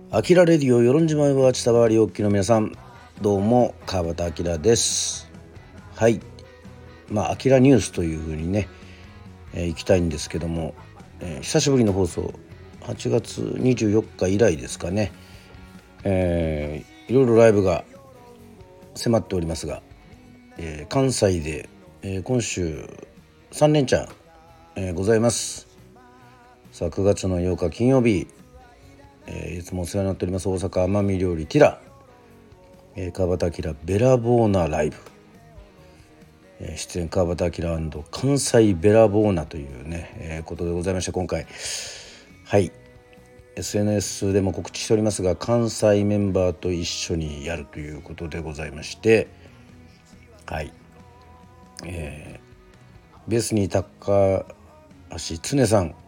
アキラレディオ与論島は伝わりおっきの皆さん、どうも川端明です。はい、アキラニュースというふうにね、行きたいんですけども、久しぶりの放送8月24日以来ですかね。いろいろライブが迫っておりますが、関西で、今週3連チャン、ございます。さあ9月の8日金曜日、いつもお世話になっております大阪奄美料理ティラ、川端明べらぼうなライブ、出演川端明関西べらぼうなというね、ことでございまして、今回はい SNS でも告知しておりますが、関西メンバーと一緒にやるということでございまして、はい、ベースに高橋常さん、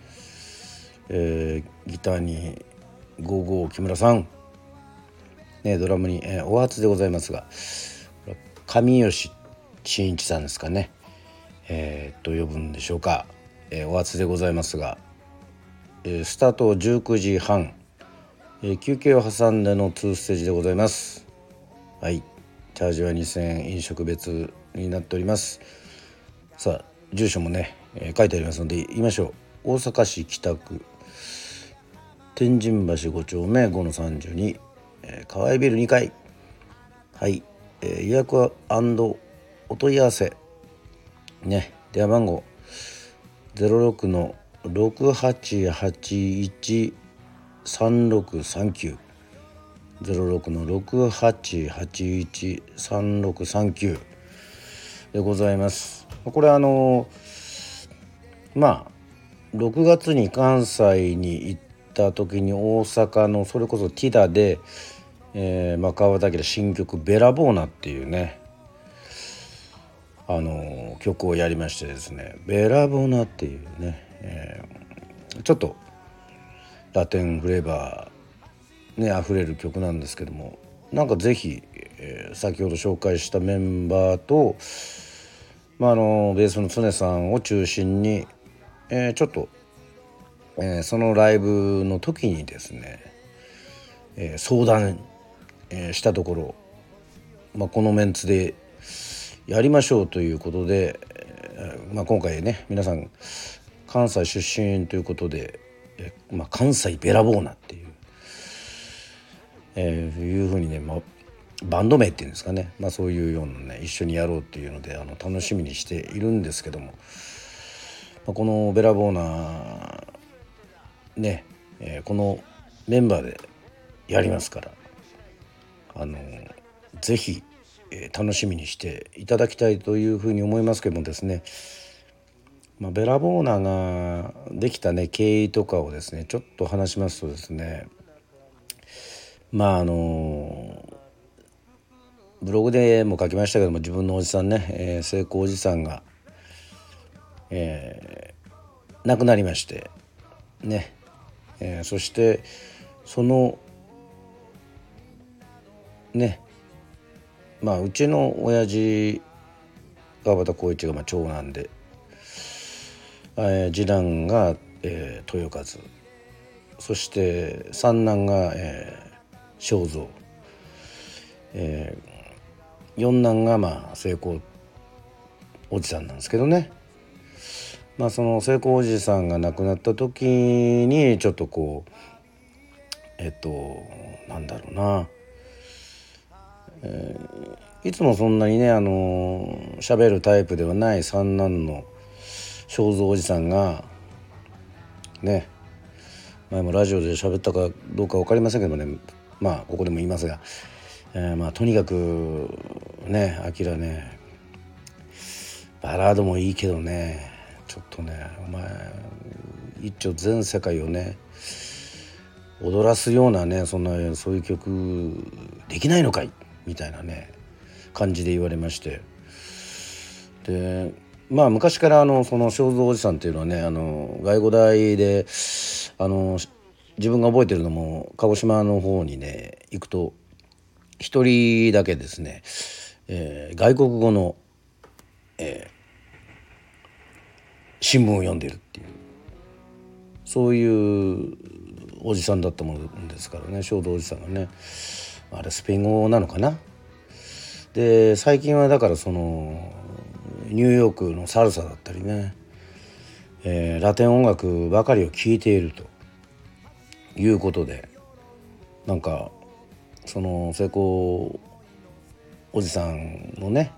ギターに55木村さん、ドラムに、お初でございますが上吉真一さんですかね、と呼ぶんでしょうか、お初でございますが、スタート19時半、休憩を挟んでの2ステージでございます。はい、チャージは2000円、飲食別になっております。さあ住所もね、書いてありますので言いましょう。大阪市北区天神橋5丁目5-32、河合ビル2階。はい、予約はお問い合わせね、電話番号06-6881-3639 06-6881-3639でございます。これ6月に関西に行った時に大阪のそれこそティダで、川端明新曲べらぼうなっていうね、曲をやりましてですね、べらぼうなっていうね、ちょっとラテンフレーバーね溢れる曲なんですけども、なんかぜひ、先ほど紹介したメンバーと、ベースの常さんを中心に、ちょっと、そのライブの時にですね、相談、したところ、このメンツでやりましょうということで、今回ね皆さん関西出身ということで、関西べらぼうなっていう、いうふうにね、バンド名っていうんですかね、そういうようなね一緒にやろうっていうので楽しみにしているんですけども、このべらぼうなね、このメンバーでやりますから、ぜひ、楽しみにしていただきたいというふうに思いますけどもですね、べらぼうなができたね経緯とかをですねちょっと話しますとですね、ブログでも書きましたけども、自分のおじさんね、成功おじさんが、亡くなりましてね、そしてそのね、うちの親父川端浩一が長男で、次男が、豊和、そして三男が、正蔵、四男が成功おじさんなんですけどね、その成功おじさんが亡くなった時にちょっとこうなんだろうな、いつもそんなにね喋るタイプではない三男の正蔵おじさんがね、前もラジオで喋ったかどうか分かりませんけどね、ここでも言いますが、とにかくねアキラね、バラードもいいけどね、ちょっとねお前一丁全世界をね踊らすようなねそういう曲できないのかいみたいなね感じで言われまして、で昔からその正蔵おじさんっていうのはね外語大で自分が覚えてるのも鹿児島の方にね行くと一人だけですね、外国語の、新聞を読んでるっていう、そういうおじさんだったもんですからね、衝動おじさんがね、あれスペイン語なのかな。で最近はだからそのニューヨークのサルサだったりね、ラテン音楽ばかりを聴いているということで、なんかその成功おじさんのね、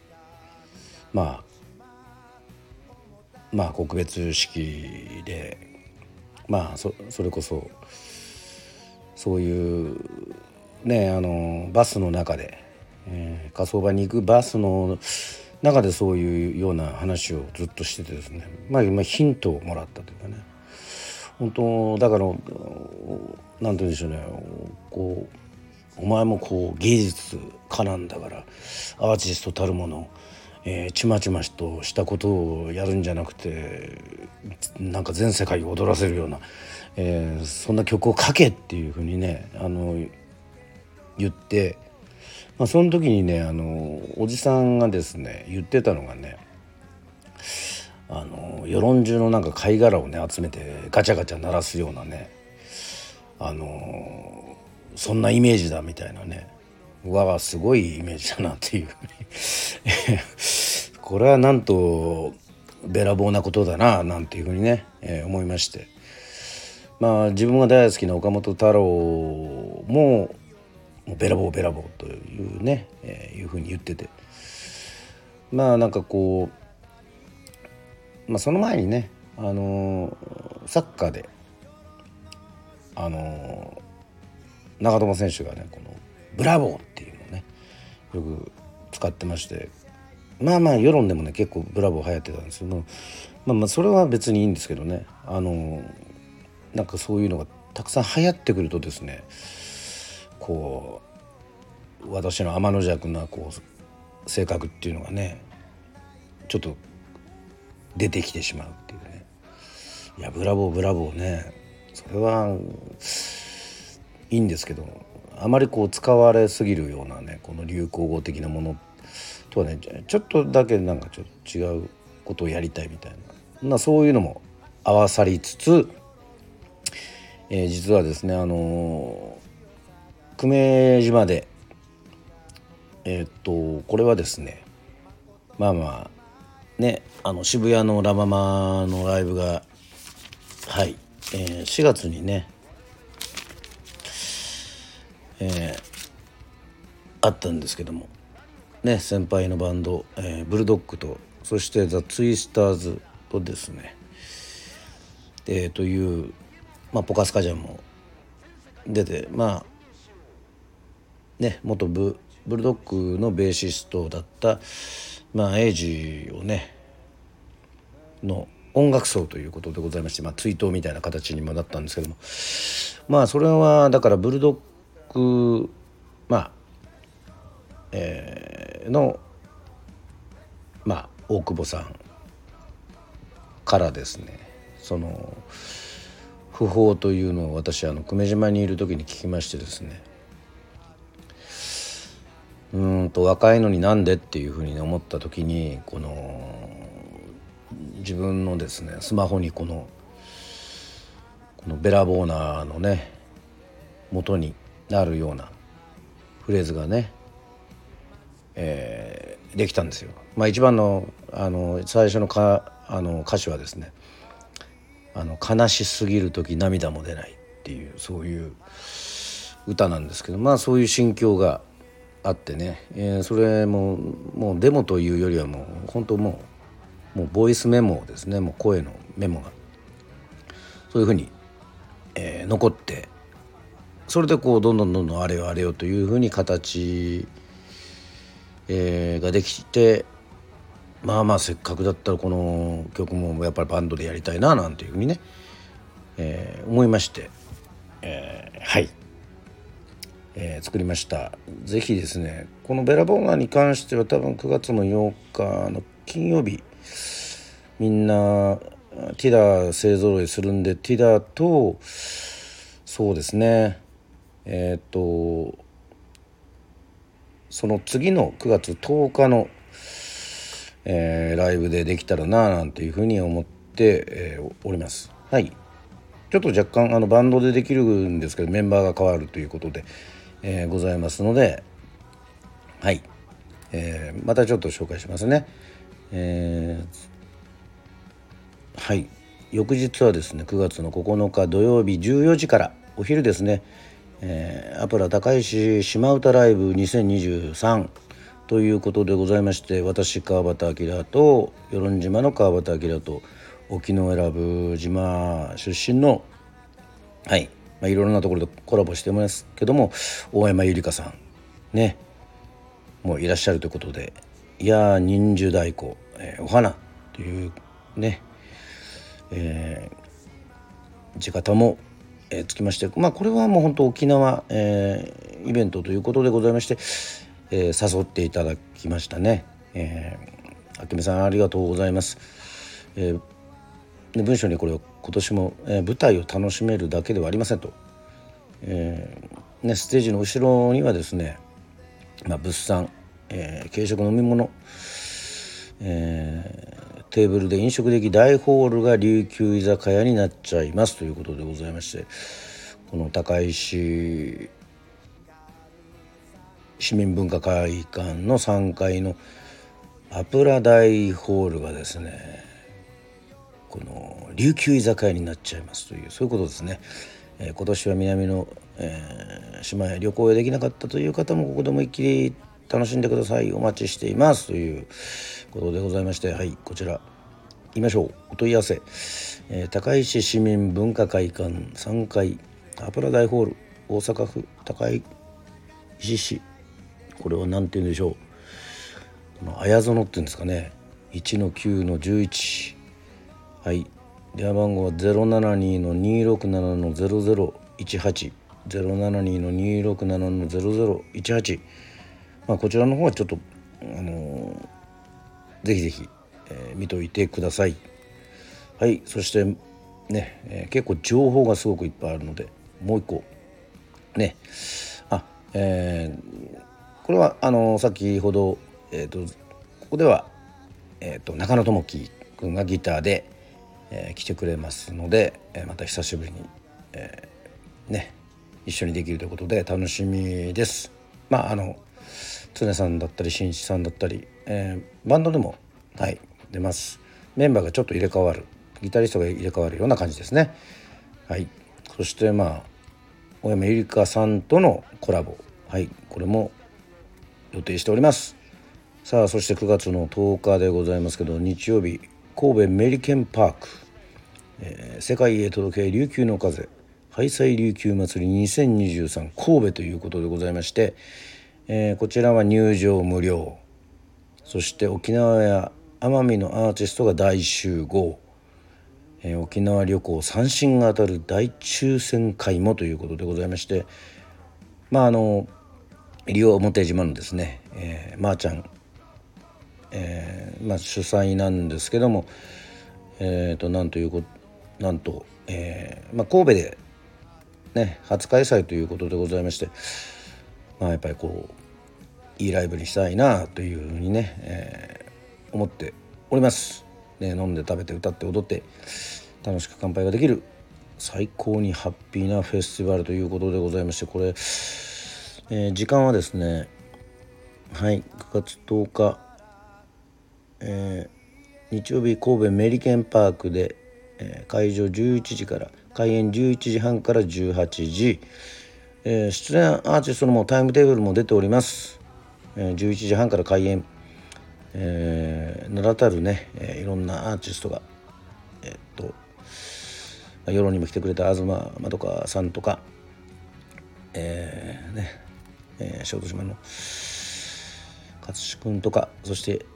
告別式でそれこそそういうね、バスの中で、火葬場に行くバスの中でそういうような話をずっとしててですね、ヒントをもらったというかね、本当だからなんて言うんでしょうね、こうお前もこう芸術家なんだからアーティストたるもの、ちまちまとしたことをやるんじゃなくて、なんか全世界を踊らせるような、そんな曲を書けっていうふうにね言って、その時にねおじさんがですね言ってたのがね、世論中のなんか貝殻をね集めてガチャガチャ鳴らすようなね、そんなイメージだみたいなね、すごいイメージだなっていうふうにこれはなんとべらぼうなことだななんていうふうにね、思いまして、自分が大好きな岡本太郎もべらぼうべらぼうというね、いうふうに言ってて、なんかこう、その前にね、サッカーで長友選手がねこのブラボーっていうのをねよく使ってまして、世論でもね結構ブラボー流行ってたんですけど、それは別にいいんですけどね、なんかそういうのがたくさん流行ってくるとですね、こう私の天の弱なこう性格っていうのがねちょっと出てきてしまうっていうね。いやブラボーブラボーね、それはいいんですけど、あまりこう使われすぎるようなねこの流行語的なものとはねちょっとだけなんかちょっと違うことをやりたいみたいな、そういうのも合わさりつつ、実はですね久米島でこれはですね渋谷のラ・ママのライブが4月にね、あったんですけどもね、先輩のバンド、ブルドッグとそしてザ・ツイスターズとですね、という、ポカスカジャンも出て、元ブルドッグのベーシストだったエイジをねの音楽葬ということでございまして、追悼みたいな形にもなったんですけども、それはだからブルドッグの大久保さんからですね、その訃報というのを私久米島にいる時に聞きましてですね、若いのになんでっていうふうに思った時に、この自分のですねスマホにこのベラボーナーのね元になるようなフレーズがね、できたんですよ。一番の最初の歌詞はですね、悲しすぎる時涙も出ないっていうそういう歌なんですけど、そういう心境があってね、それもうデモというよりはもう本当もうボイスメモですね、もう声のメモがそういうふうに、残って、それでこうどんどんあれよあれよというふうに形、ができて、せっかくだったらこの曲もやっぱりバンドでやりたいななんていうふうにね、思いまして、作りました。ぜひですねこのベラボーナーに関しては多分9月の8日の金曜日みんなティダ勢ぞろいするんで、ティダとそうですねその次の9月10日の、ライブでできたらななんていうふうに思って、おります。はい。 ちょっと若干バンドでできるんですけどメンバーが変わるということで、ございますので、はい、またちょっと紹介しますね。はい、翌日はですね9月の9日土曜日14時からお昼ですね、アプラ高石島唄ライブ2023ということでございまして、私川端明と与論島の川端明と沖永良部島出身の、はい、いろいろなところでコラボしてますけども、大山ゆりかさんねもういらっしゃるということで、いや忍術太鼓、お花というね、地方も、つきまして、これはもう本当沖縄、イベントということでございまして、誘っていただきましたね。あけみさんありがとうございます。で文章にこれを今年も、舞台を楽しめるだけではありませんと、ステージの後ろにはですね、物産、軽食飲み物、テーブルで飲食でき大ホールが琉球居酒屋になっちゃいますということでございまして、この高石市民文化会館の3階のアプラ大ホールがですね、この琉球居酒屋になっちゃいますという、そういうことですね。今年は南の、島へ旅行へできなかったという方もここで思いっきり楽しんでください、お待ちしていますということでございまして、はい、こちら言いましょう。お問い合わせ、高石市民文化会館3階アプラ大ホール、大阪府高石市、これは何て言うんでしょう、綾園っていうんですかね、1-9-11、はい、電話番号は 072-267-0018 072-267-0018、こちらの方はちょっとぜひぜひ、見といてください。はい、そしてね、結構情報がすごくいっぱいあるので、もう一個ね、これは先ほど、ここでは、中野智樹君がギターで、来てくれますので、また久しぶりに、一緒にできるということで楽しみです。常さんだったり新一さんだったり、バンドでも、はい、出ます。メンバーがちょっと入れ替わる、ギタリストが入れ替わるような感じですね。はい、そして大山ゆりかさんとのコラボ、はい、これも予定しております。さあ、そして9月の10日でございますけど、日曜日神戸メリケンパーク、世界へ届け琉球の風ハイサイ琉球祭り2023神戸ということでございまして、こちらは入場無料、そして沖縄や奄美のアーティストが大集合、沖縄旅行3新が当たる大抽選会もということでございまして、西表島のですね、まーちゃん、主催なんですけども、なんと、神戸でね初開催ということでございまして、やっぱりこういいライブにしたいなというふうにね、思っております、ね、飲んで食べて歌って踊って楽しく乾杯ができる最高にハッピーなフェスティバルということでございまして、これ、時間はですね、はい、9月10日、日曜日神戸メリケンパークで、会場11時から開演11時半から18時、出演アーティストのタイムテーブルも出ております。11時半から開演、名だたるね、いろんなアーティストが世論にも来てくれた東まどかさんとか、小豆島の勝志くんとか、そして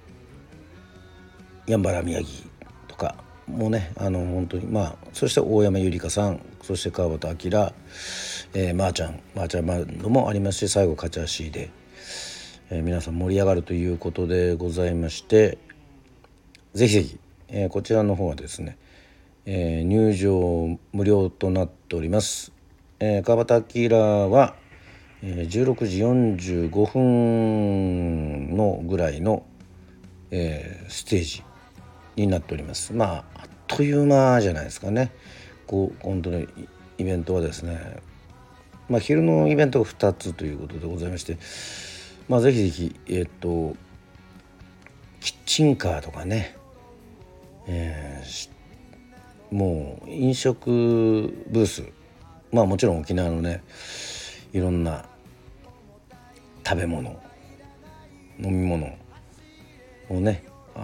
山原宮城とかもね、本当にそして大山ゆりかさん、そして川端明、まーちゃんバンドもありますし、最後カチャシーで、皆さん盛り上がるということでございまして、ぜひぜひ、こちらの方はですね、入場無料となっております。川端明は、16時45分のぐらいの、ステージになっております。あっという間じゃないですかね。 今度のイベントはですね、昼のイベントが2つということでございまして、ぜひぜひキッチンカーとかね、もう飲食ブース、もちろん沖縄のねいろんな食べ物飲み物をね、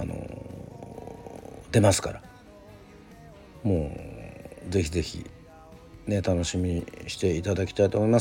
出ますから、もうぜひぜひね楽しみにしていただきたいと思います。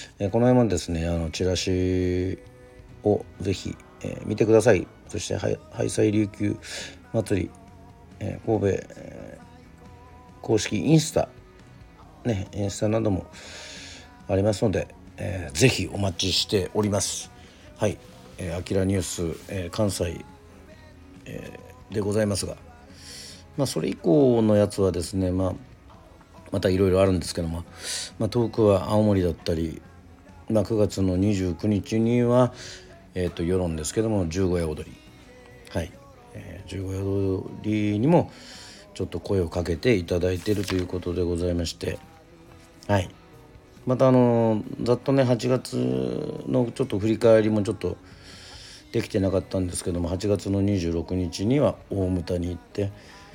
この辺もですねチラシをぜひ、見てください。そしてハイサイ琉球祭り、神戸、公式インスタなどもありますので、ぜひお待ちしております。はい、アキラニュース、関西、でございますが、それ以降のやつはですね、またいろいろあるんですけども、遠くは青森だったり、9月の29日には、世論ですけども十五夜踊り、十五夜踊りにもちょっと声をかけていただいているということでございまして、またざっとね8月のちょっと振り返りもちょっとできてなかったんですけども、8月の26日には大牟田に行って、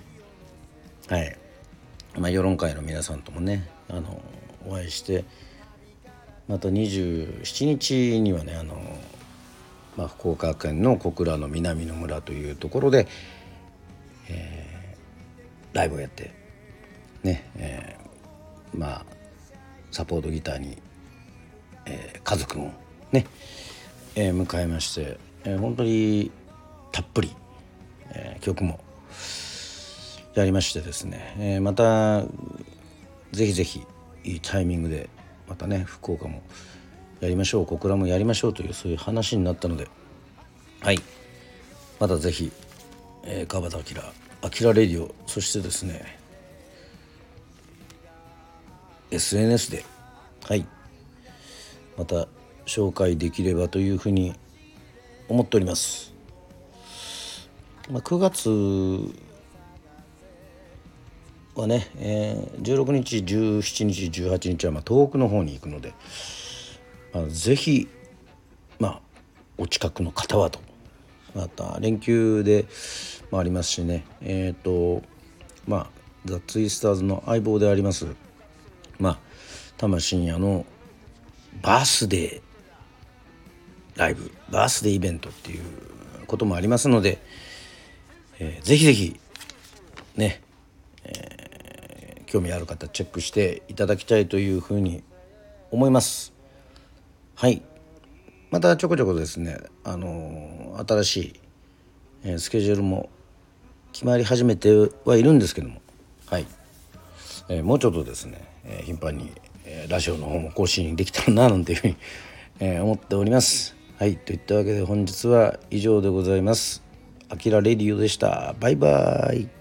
世論会の皆さんともねお会いして、また27日にはね福岡県の小倉の南の村というところで、ライブをやってね、サポートギターに、家族をね、迎えまして、本当にたっぷり、曲もやりましてですね、またぜひぜひいいタイミングでまたね福岡もやりましょう、小倉もやりましょうというそういう話になったので、またぜひ、川端明レディオ、そしてですね SNS でまた紹介できればというふうに思っております。9月はね、16日17日18日は東北の方に行くので、ぜひお近くの方はと、また連休でもありますしね、ザ・ツイスターズの相棒であります玉深夜のバースデーライブ、バースデーイベントっていうこともありますので、ぜひぜひね、興味ある方チェックしていただきたいというふうに思います。またちょこちょこですね、新しい、スケジュールも決まり始めてはいるんですけども、もうちょっとですね、頻繁に、ラジオの方も更新できたらななんていうふうに、思っております。といったわけで本日は以上でございます。あきらレディオでした。バイバイ。